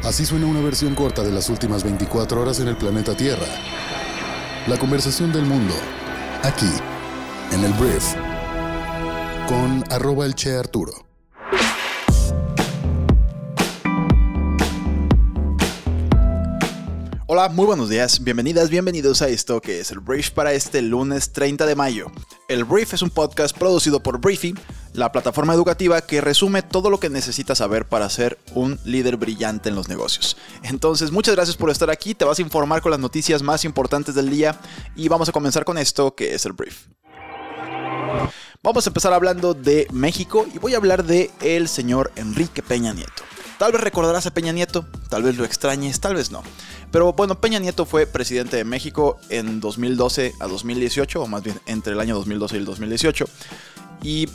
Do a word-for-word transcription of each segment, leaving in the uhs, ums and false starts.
Así suena una versión corta de las últimas veinticuatro horas en el planeta Tierra. La conversación del mundo, aquí, en el Brief, con arroba el Che Arturo. Hola, muy buenos días, bienvenidas, bienvenidos a esto que es el Brief para este lunes treinta de mayo. El Brief es un podcast producido por Briefy, la plataforma educativa que resume todo lo que necesitas saber para ser un líder brillante en los negocios. Entonces, muchas gracias por estar aquí, te vas a informar con las noticias más importantes del día y vamos a comenzar con esto que es el Brief. Vamos a empezar hablando de México y voy a hablar de el señor Enrique Peña Nieto. Tal vez recordarás a Peña Nieto, tal vez lo extrañes, tal vez no. Pero bueno, Peña Nieto fue presidente de México en dos mil doce a dos mil dieciocho, o más bien entre el año dos mil doce y el dos mil dieciocho. Y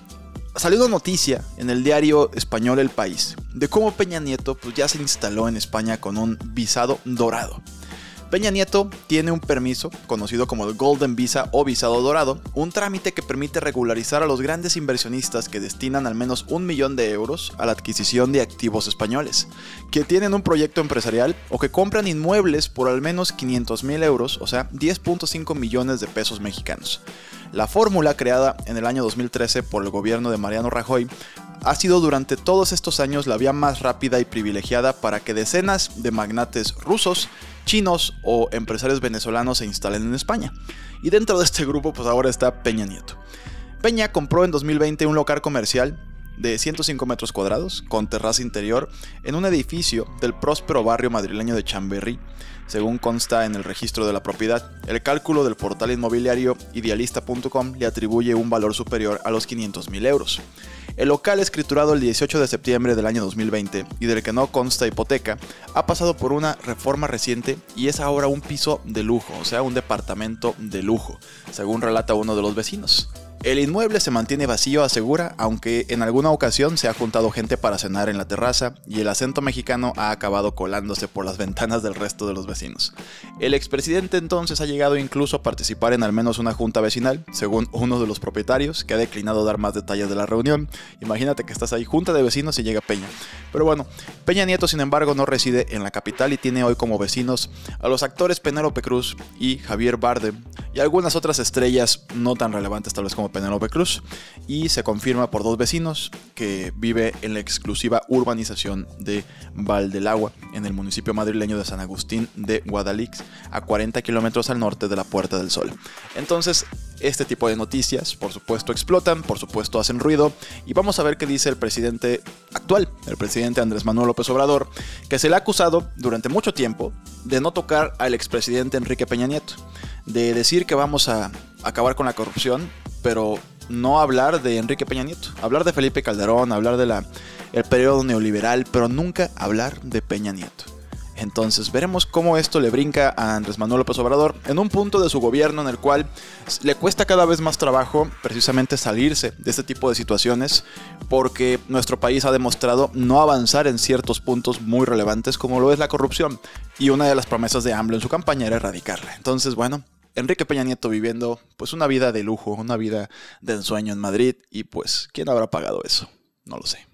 salió una noticia en el diario español El País de cómo Peña Nieto pues, ya se instaló en España con un visado dorado. Peña Nieto tiene un permiso conocido como el Golden Visa o visado dorado, un trámite que permite regularizar a los grandes inversionistas que destinan al menos un millón de euros a la adquisición de activos españoles, que tienen un proyecto empresarial o que compran inmuebles por al menos quinientos mil euros, o sea, diez punto cinco millones de pesos mexicanos. La fórmula creada en el año dos mil trece por el gobierno de Mariano Rajoy ha sido durante todos estos años la vía más rápida y privilegiada para que decenas de magnates rusos, chinos o empresarios venezolanos se instalen en España. Y dentro de este grupo pues ahora está Peña Nieto. Peña compró en dos mil veinte un local comercial de ciento cinco metros cuadrados con terraza interior en un edificio del próspero barrio madrileño de Chamberí, según consta en el registro de la propiedad. El cálculo del portal inmobiliario idealista punto com le atribuye un valor superior a los quinientos mil euros. El local, escriturado el dieciocho de septiembre del año dos mil veinte y del que no consta hipoteca, ha pasado por una reforma reciente y es ahora un piso de lujo, o sea, un departamento de lujo, según relata uno de los vecinos. El inmueble se mantiene vacío, asegura, aunque en alguna ocasión se ha juntado gente para cenar en la terraza y el acento mexicano ha acabado colándose por las ventanas del resto de los vecinos. El expresidente entonces ha llegado incluso a participar en al menos una junta vecinal, según uno de los propietarios, que ha declinado dar más detalles de la reunión. Imagínate que estás ahí, junta de vecinos, y llega Peña. Pero bueno, Peña Nieto, sin embargo, no reside en la capital y tiene hoy como vecinos a los actores Penélope Cruz y Javier Bardem y algunas otras estrellas no tan relevantes tal vez como Penélope Cruz, y se confirma por dos vecinos que vive en la exclusiva urbanización de Valdelagua, en el municipio madrileño de San Agustín de Guadalix, a cuarenta kilómetros al norte de la Puerta del Sol. Entonces, este tipo de noticias, por supuesto, explotan, por supuesto, hacen ruido, y vamos a ver qué dice el presidente actual, el presidente Andrés Manuel López Obrador, que se le ha acusado durante mucho tiempo de no tocar al expresidente Enrique Peña Nieto, de decir que vamos a acabar con la corrupción, pero no hablar de Enrique Peña Nieto, hablar de Felipe Calderón, hablar de la, el periodo neoliberal, pero nunca hablar de Peña Nieto. Entonces veremos cómo esto le brinca a Andrés Manuel López Obrador en un punto de su gobierno en el cual le cuesta cada vez más trabajo precisamente salirse de este tipo de situaciones, porque nuestro país ha demostrado no avanzar en ciertos puntos muy relevantes como lo es la corrupción, y una de las promesas de AMLO en su campaña era erradicarla. Entonces, bueno, Enrique Peña Nieto viviendo pues una vida de lujo, una vida de ensueño en Madrid, y pues ¿quién habrá pagado eso? No lo sé.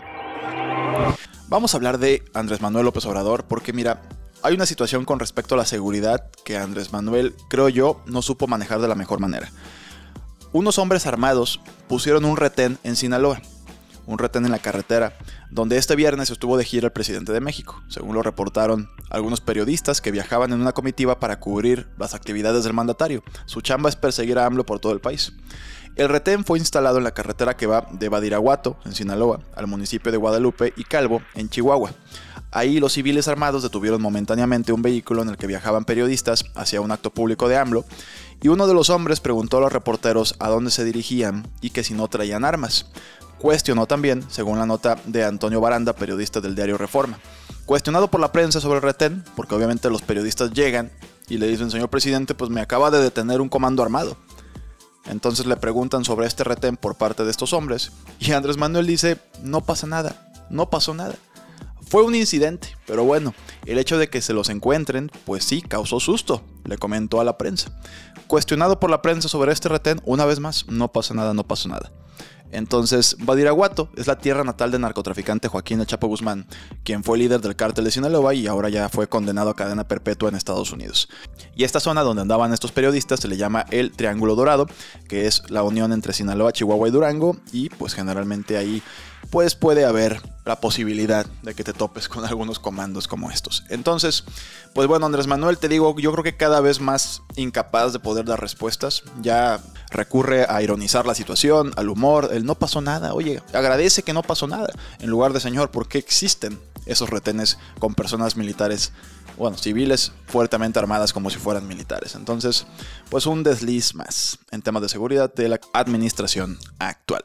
Vamos a hablar de Andrés Manuel López Obrador porque mira, hay una situación con respecto a la seguridad que Andrés Manuel, creo yo, no supo manejar de la mejor manera. Unos hombres armados pusieron un retén en Sinaloa, un retén en la carretera, donde este viernes estuvo de gira el presidente de México, según lo reportaron algunos periodistas que viajaban en una comitiva para cubrir las actividades del mandatario. Su chamba es perseguir a AMLO por todo el país. El retén fue instalado en la carretera que va de Badiraguato, en Sinaloa, al municipio de Guadalupe y Calvo, en Chihuahua. Ahí los civiles armados detuvieron momentáneamente un vehículo en el que viajaban periodistas hacia un acto público de AMLO, y uno de los hombres preguntó a los reporteros a dónde se dirigían y que si no traían armas. Cuestionó también, según la nota de Antonio Baranda, periodista del diario Reforma. Cuestionado por la prensa sobre el retén, porque obviamente los periodistas llegan y le dicen: señor presidente, pues me acaba de detener un comando armado. Entonces le preguntan sobre este retén por parte de estos hombres, y Andrés Manuel dice: no pasa nada, no pasó nada. Fue un incidente, pero bueno, el hecho de que se los encuentren, pues sí, causó susto, le comentó a la prensa. Cuestionado por la prensa sobre este retén, una vez más, no pasa nada, no pasó nada. Entonces, Badiraguato es la tierra natal del narcotraficante Joaquín El Chapo Guzmán, quien fue líder del cártel de Sinaloa y ahora ya fue condenado a cadena perpetua en Estados Unidos. Y esta zona donde andaban estos periodistas se le llama el Triángulo Dorado, que es la unión entre Sinaloa, Chihuahua y Durango, y pues generalmente ahí pues puede haber la posibilidad de que te topes con algunos comandos como estos. Entonces, pues bueno, Andrés Manuel, te digo, yo creo que cada vez más incapaz de poder dar respuestas, ya recurre a ironizar la situación, al humor, el no pasó nada. Oye, agradece que no pasó nada, en lugar de señor, ¿por qué existen esos retenes con personas militares, bueno, civiles fuertemente armadas como si fueran militares? Entonces, pues un desliz más en temas de seguridad de la administración actual.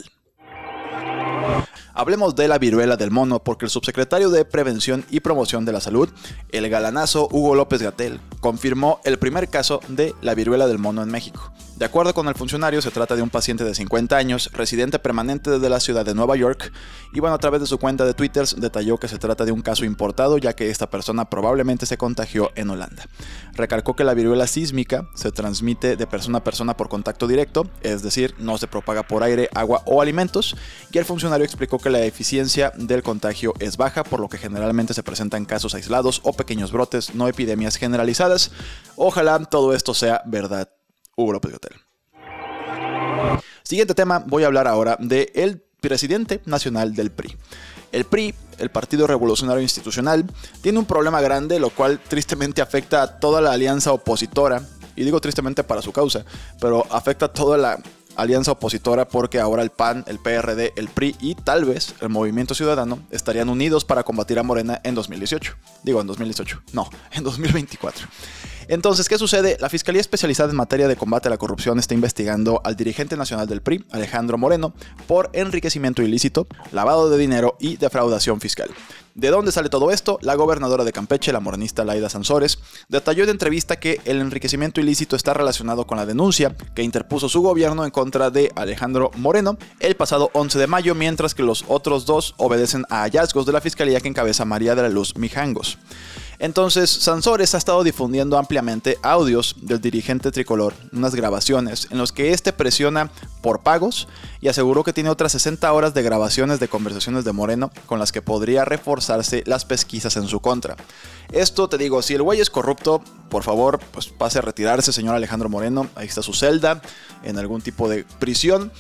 Hablemos de la viruela del mono, porque el subsecretario de Prevención y Promoción de la Salud, el galanazo Hugo López-Gatell, confirmó el primer caso de la viruela del mono en México. De acuerdo con el funcionario, se trata de un paciente de cincuenta años, residente permanente desde la ciudad de Nueva York, y bueno, a través de su cuenta de Twitter detalló que se trata de un caso importado, ya que esta persona probablemente se contagió en Holanda. Recalcó que la viruela sísmica se transmite de persona a persona por contacto directo, es decir, no se propaga por aire, agua o alimentos, y el funcionario explicó que la eficiencia del contagio es baja, por lo que generalmente se presentan casos aislados o pequeños brotes, no epidemias generalizadas. Ojalá todo esto sea verdad. Hugo López-Gatell. Siguiente tema, voy a hablar ahora del presidente nacional del P R I. El P R I, el Partido Revolucionario Institucional, tiene un problema grande, lo cual tristemente afecta a toda la alianza opositora, y digo tristemente para su causa, pero afecta a toda la alianza opositora, porque ahora el P A N, el P R D, el P R I y tal vez el Movimiento Ciudadano estarían unidos para combatir a Morena en dos mil dieciocho. Digo, en dos mil dieciocho, no, en dos mil veinticuatro. Entonces, ¿qué sucede? La Fiscalía Especializada en Materia de Combate a la Corrupción está investigando al dirigente nacional del P R I, Alejandro Moreno, por enriquecimiento ilícito, lavado de dinero y defraudación fiscal. ¿De dónde sale todo esto? La gobernadora de Campeche, la morenista Laida Sansores, detalló en entrevista que el enriquecimiento ilícito está relacionado con la denuncia que interpuso su gobierno en contra de Alejandro Moreno el pasado once de mayo, mientras que los otros dos obedecen a hallazgos de la Fiscalía que encabeza María de la Luz Mijangos. Entonces, Sansores ha estado difundiendo ampliamente audios del dirigente tricolor, unas grabaciones en los que este presiona por pagos, y aseguró que tiene otras sesenta horas de grabaciones de conversaciones de Moreno con las que podría reforzarse las pesquisas en su contra. Esto, te digo, si el güey es corrupto, por favor, pues pase a retirarse, señor Alejandro Moreno. Ahí está su celda, en algún tipo de prisión.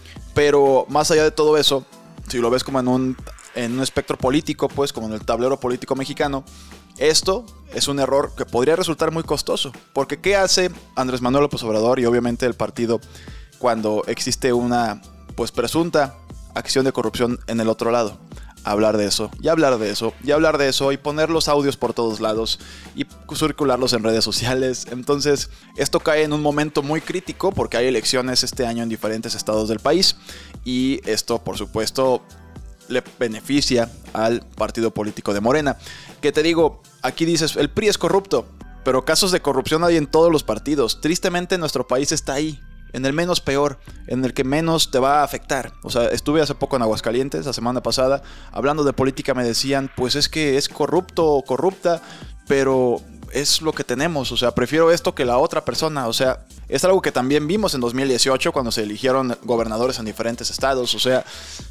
Pero más allá de todo eso, si lo ves como en un, en un espectro político, pues como en el tablero político mexicano, esto es un error que podría resultar muy costoso, porque ¿qué hace Andrés Manuel López Obrador y obviamente el partido cuando existe una pues presunta acción de corrupción en el otro lado? Hablar de eso, y hablar de eso, y hablar de eso, y poner los audios por todos lados, y circularlos en redes sociales. Entonces, esto cae en un momento muy crítico, porque hay elecciones este año en diferentes estados del país, y esto, por supuesto, le beneficia al partido político de Morena. Que te digo, aquí dices, el P R I es corrupto, pero casos de corrupción hay en todos los partidos. Tristemente nuestro país está ahí, en el menos peor, en el que menos te va a afectar. O sea, estuve hace poco en Aguascalientes, la semana pasada, hablando de política, me decían, pues es que es corrupto o corrupta, pero es lo que tenemos, o sea, prefiero esto que la otra persona. O sea, es algo que también vimos en dos mil dieciocho cuando se eligieron gobernadores en diferentes estados. O sea,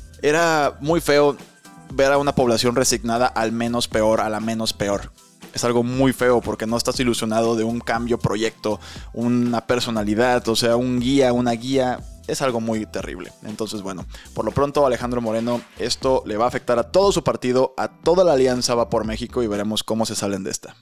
era muy feo ver a una población resignada al menos peor, a la menos peor. Es algo muy feo porque no estás ilusionado de un cambio, proyecto, una personalidad, o sea, un guía, una guía. Es algo muy terrible. Entonces, bueno, por lo pronto Alejandro Moreno, esto le va a afectar a todo su partido, a toda la alianza Va por México, y veremos cómo se salen de esta.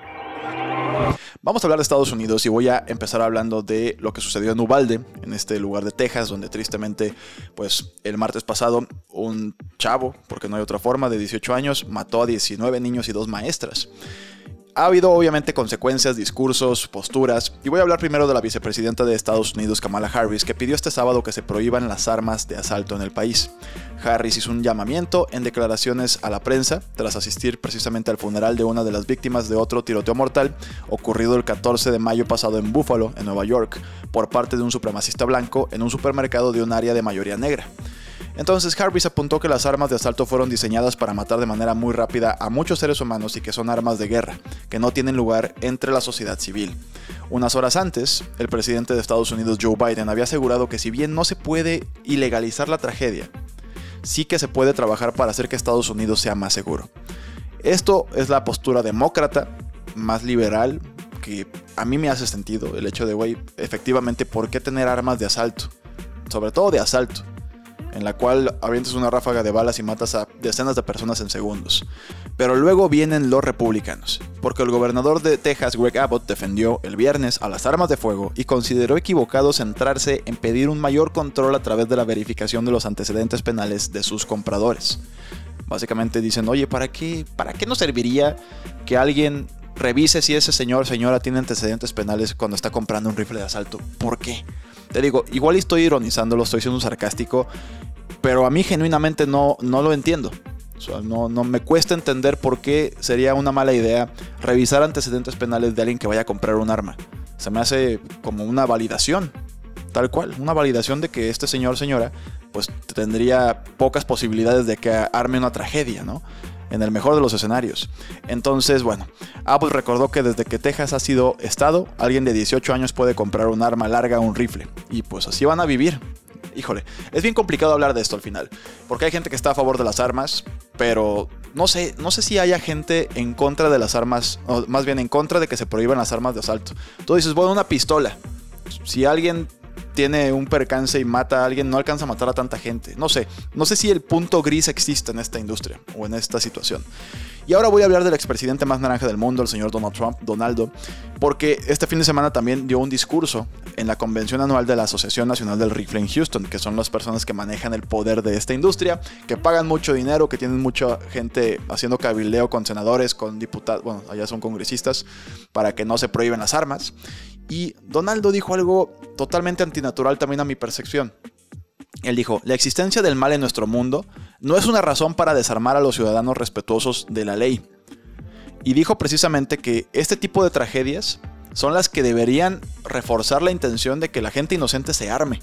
Vamos a hablar de Estados Unidos y voy a empezar hablando de lo que sucedió en Uvalde, en este lugar de Texas, donde tristemente, pues el martes pasado, un chavo, porque no hay otra forma, de dieciocho años, mató a diecinueve niños y dos maestras. Ha habido obviamente consecuencias, discursos, posturas, y voy a hablar primero de la vicepresidenta de Estados Unidos, Kamala Harris, que pidió este sábado que se prohíban las armas de asalto en el país. Harris hizo un llamamiento en declaraciones a la prensa tras asistir precisamente al funeral de una de las víctimas de otro tiroteo mortal ocurrido el catorce de mayo pasado en Buffalo, en Nueva York, por parte de un supremacista blanco en un supermercado de un área de mayoría negra. Entonces Harris apuntó que las armas de asalto fueron diseñadas para matar de manera muy rápida a muchos seres humanos y que son armas de guerra, que no tienen lugar entre la sociedad civil. Unas horas antes, el presidente de Estados Unidos, Joe Biden, había asegurado que si bien no se puede ilegalizar la tragedia, sí que se puede trabajar para hacer que Estados Unidos sea más seguro. Esto es la postura demócrata, más liberal, que a mí me hace sentido. El hecho de, güey, efectivamente, ¿por qué tener armas de asalto? Sobre todo de asalto, en la cual avientas una ráfaga de balas y matas a decenas de personas en segundos. Pero luego vienen los republicanos, porque el gobernador de Texas, Greg Abbott, defendió el viernes a las armas de fuego y consideró equivocado centrarse en pedir un mayor control a través de la verificación de los antecedentes penales de sus compradores. Básicamente dicen, oye, ¿para qué, para qué nos serviría que alguien revise si ese señor o señora tiene antecedentes penales cuando está comprando un rifle de asalto? ¿Por qué? Te digo, igual estoy ironizándolo, estoy siendo sarcástico, pero a mí genuinamente no, no lo entiendo. O sea, no, no me cuesta entender por qué sería una mala idea revisar antecedentes penales de alguien que vaya a comprar un arma. Se me hace como una validación, tal cual, una validación de que este señor o señora pues tendría pocas posibilidades de que arme una tragedia, ¿no? En el mejor de los escenarios. Entonces, bueno, Abbott recordó que desde que Texas ha sido estado, alguien de dieciocho años puede comprar un arma larga o un rifle. Y pues así van a vivir. Híjole, es bien complicado hablar de esto al final, porque hay gente que está a favor de las armas, pero no sé, no sé si haya gente en contra de las armas, o más bien en contra de que se prohíban las armas de asalto. Tú dices, bueno, una pistola. Si alguien tiene un percance y mata a alguien, no alcanza a matar a tanta gente. No sé, no sé si el punto gris existe en esta industria o en esta situación. Y ahora voy a hablar del expresidente más naranja del mundo, el señor Donald Trump, Donaldo, porque este fin de semana también dio un discurso en la convención anual de la Asociación Nacional del Rifle en Houston, que son las personas que manejan el poder de esta industria, que pagan mucho dinero, que tienen mucha gente haciendo cabildeo con senadores, con diputados, bueno, allá son congresistas, para que no se prohíben las armas. Y Donaldo dijo algo totalmente antinatural también a mi percepción. Él dijo, la existencia del mal en nuestro mundo no es una razón para desarmar a los ciudadanos respetuosos de la ley. Y dijo precisamente que este tipo de tragedias son las que deberían reforzar la intención de que la gente inocente se arme.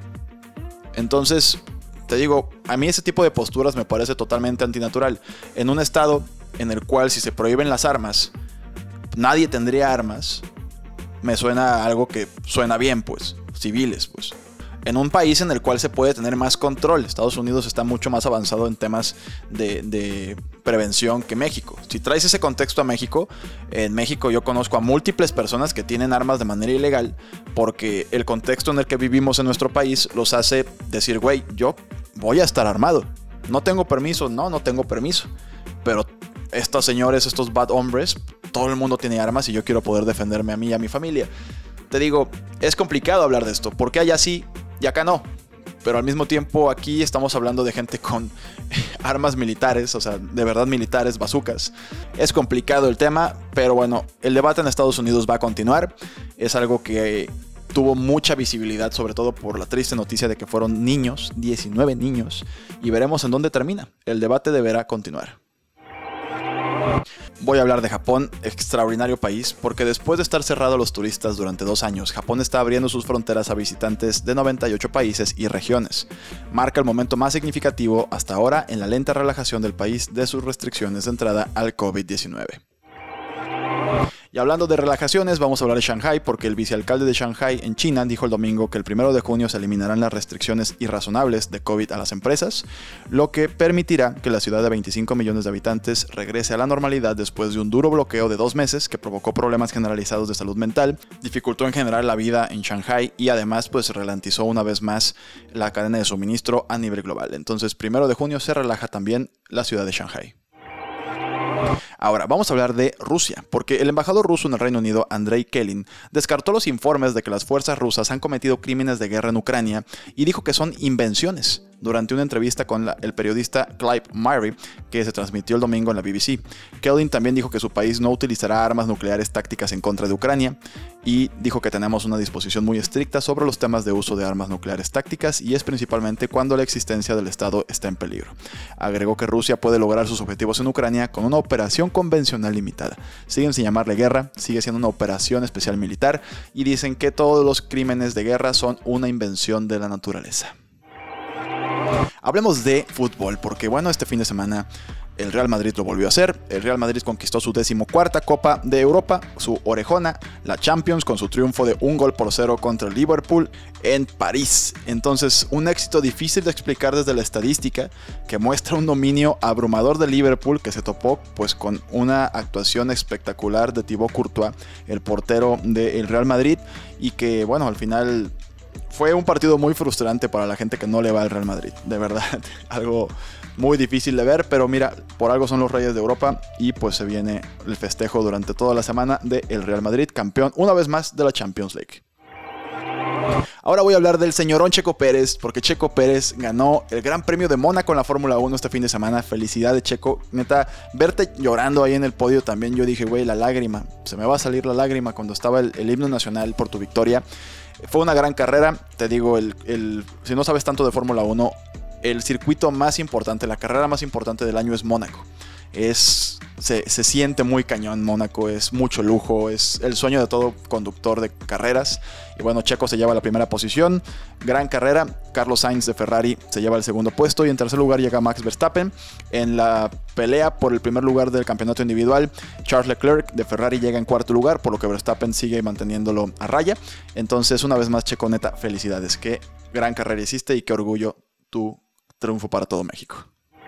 Entonces, te digo, a mí ese tipo de posturas me parece totalmente antinatural. En un estado en el cual si se prohíben las armas, nadie tendría armas, me suena a algo que suena bien, pues, civiles, pues. En un país en el cual se puede tener más control. Estados Unidos está mucho más avanzado en temas de, de prevención que México. Si traes ese contexto a México, en México yo conozco a múltiples personas que tienen armas de manera ilegal porque el contexto en el que vivimos en nuestro país los hace decir, güey, yo voy a estar armado. No tengo permiso, no, no tengo permiso. Pero estos señores, estos bad hombres, todo el mundo tiene armas y yo quiero poder defenderme a mí y a mi familia. Te digo, es complicado hablar de esto, porque allá sí y acá no. Pero al mismo tiempo aquí estamos hablando de gente con armas militares, o sea, de verdad militares, bazucas. Es complicado el tema, pero bueno, el debate en Estados Unidos va a continuar. Es algo que tuvo mucha visibilidad, sobre todo por la triste noticia de que fueron niños, diecinueve niños, y veremos en dónde termina. El debate deberá continuar. Voy a hablar de Japón, extraordinario país, porque después de estar cerrado a los turistas durante dos años, Japón está abriendo sus fronteras a visitantes de noventa y ocho países y regiones. Marca el momento más significativo hasta ahora en la lenta relajación del país de sus restricciones de entrada al COVID diecinueve. Y hablando de relajaciones, vamos a hablar de Shanghái, porque el vicealcalde de Shanghái en China dijo el domingo que el primero de junio se eliminarán las restricciones irrazonables de COVID a las empresas, lo que permitirá que la ciudad de veinticinco millones de habitantes regrese a la normalidad después de un duro bloqueo de dos meses que provocó problemas generalizados de salud mental, dificultó en general la vida en Shanghái y además pues ralentizó una vez más la cadena de suministro a nivel global. Entonces, primero de junio se relaja también la ciudad de Shanghái. Ahora, vamos a hablar de Rusia, porque el embajador ruso en el Reino Unido, Andrei Kelin, descartó los informes de que las fuerzas rusas han cometido crímenes de guerra en Ucrania y dijo que son invenciones durante una entrevista con la, el periodista Clive Murray, que se transmitió el domingo en la B B C. Kelin también dijo que su país no utilizará armas nucleares tácticas en contra de Ucrania y dijo que tenemos una disposición muy estricta sobre los temas de uso de armas nucleares tácticas y es principalmente cuando la existencia del Estado está en peligro. Agregó que Rusia puede lograr sus objetivos en Ucrania con una operación convencional limitada. Siguen sin llamarle guerra, sigue siendo una operación especial militar y dicen que todos los crímenes de guerra son una invención de la naturaleza. Hablemos de fútbol, porque bueno, este fin de semana el Real Madrid lo volvió a hacer. El Real Madrid conquistó su decimocuarta Copa de Europa, su orejona, la Champions, con su triunfo de un gol por cero contra el Liverpool en París. Entonces, un éxito difícil de explicar desde la estadística, que muestra un dominio abrumador de Liverpool, que se topó pues con una actuación espectacular de Thibaut Courtois, el portero del Real Madrid, y que bueno, al final fue un partido muy frustrante para la gente que no le va al Real Madrid. De verdad, algo muy difícil de ver, pero mira, por algo son los Reyes de Europa y pues se viene el festejo durante toda la semana del Real Madrid, campeón una vez más de la Champions League. Ahora voy a hablar del señorón Checo Pérez, porque Checo Pérez ganó el Gran Premio de Mónaco en la Fórmula uno este fin de semana. Felicidades, Checo. Neta, verte llorando ahí en el podio también, yo dije, güey, la lágrima, se me va a salir la lágrima cuando estaba el, el himno nacional por tu victoria. Fue una gran carrera, te digo, el, el, si no sabes tanto de Fórmula uno, el circuito más importante, la carrera más importante del año es Mónaco. Es, se, se siente muy cañón Mónaco, es mucho lujo, es el sueño de todo conductor de carreras. Y bueno, Checo se lleva la primera posición, gran carrera. Carlos Sainz de Ferrari se lleva el segundo puesto y en tercer lugar llega Max Verstappen. En la pelea por el primer lugar del campeonato individual, Charles Leclerc de Ferrari llega en cuarto lugar, por lo que Verstappen sigue manteniéndolo a raya. Entonces, una vez más, Checo, neta, felicidades, qué gran carrera hiciste y qué orgullo tu triunfo para todo México.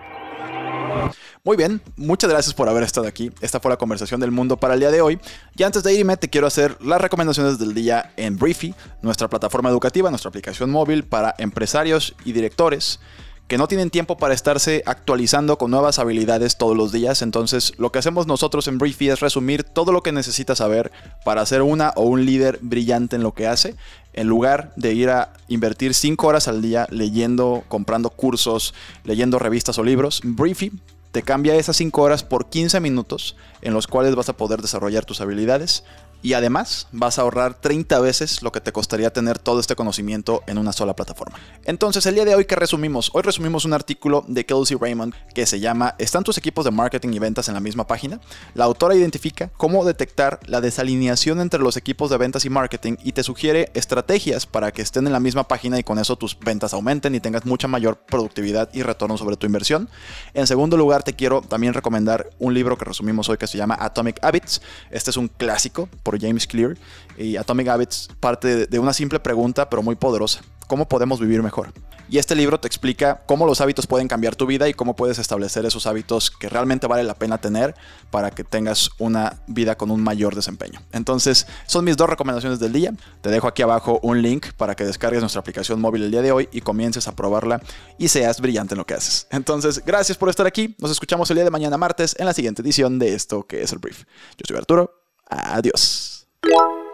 Muy bien, muchas gracias por haber estado aquí. Esta fue la conversación del mundo para el día de hoy. Y antes de irme, te quiero hacer las recomendaciones del día en Briefy, nuestra plataforma educativa, nuestra aplicación móvil para empresarios y directores que no tienen tiempo para estarse actualizando con nuevas habilidades todos los días. Entonces, lo que hacemos nosotros en Briefy es resumir todo lo que necesitas saber para ser una o un líder brillante en lo que hace, en lugar de ir a invertir cinco horas al día leyendo, comprando cursos, leyendo revistas o libros. Briefy te cambia esas cinco horas por quince minutos en los cuales vas a poder desarrollar tus habilidades y además vas a ahorrar treinta veces lo que te costaría tener todo este conocimiento en una sola plataforma. Entonces, el día de hoy, ¿qué resumimos? Hoy resumimos un artículo de Kelsey Raymond que se llama ¿Están tus equipos de marketing y ventas en la misma página? La autora identifica cómo detectar la desalineación entre los equipos de ventas y marketing y te sugiere estrategias para que estén en la misma página y con eso tus ventas aumenten y tengas mucha mayor productividad y retorno sobre tu inversión. En segundo lugar, te quiero también recomendar un libro que resumimos hoy que se llama Atomic Habits. Este es un clásico por James Clear, y Atomic Habits parte de una simple pregunta pero muy poderosa: ¿cómo podemos vivir mejor? Y este libro te explica cómo los hábitos pueden cambiar tu vida y cómo puedes establecer esos hábitos que realmente vale la pena tener para que tengas una vida con un mayor desempeño. Entonces, son mis dos recomendaciones del día. Te dejo aquí abajo un link para que descargues nuestra aplicación móvil el día de hoy y comiences a probarla y seas brillante en lo que haces. Entonces, gracias por estar aquí. Nos escuchamos el día de mañana martes en la siguiente edición de esto que es el Brief. Yo soy Arturo. Adiós.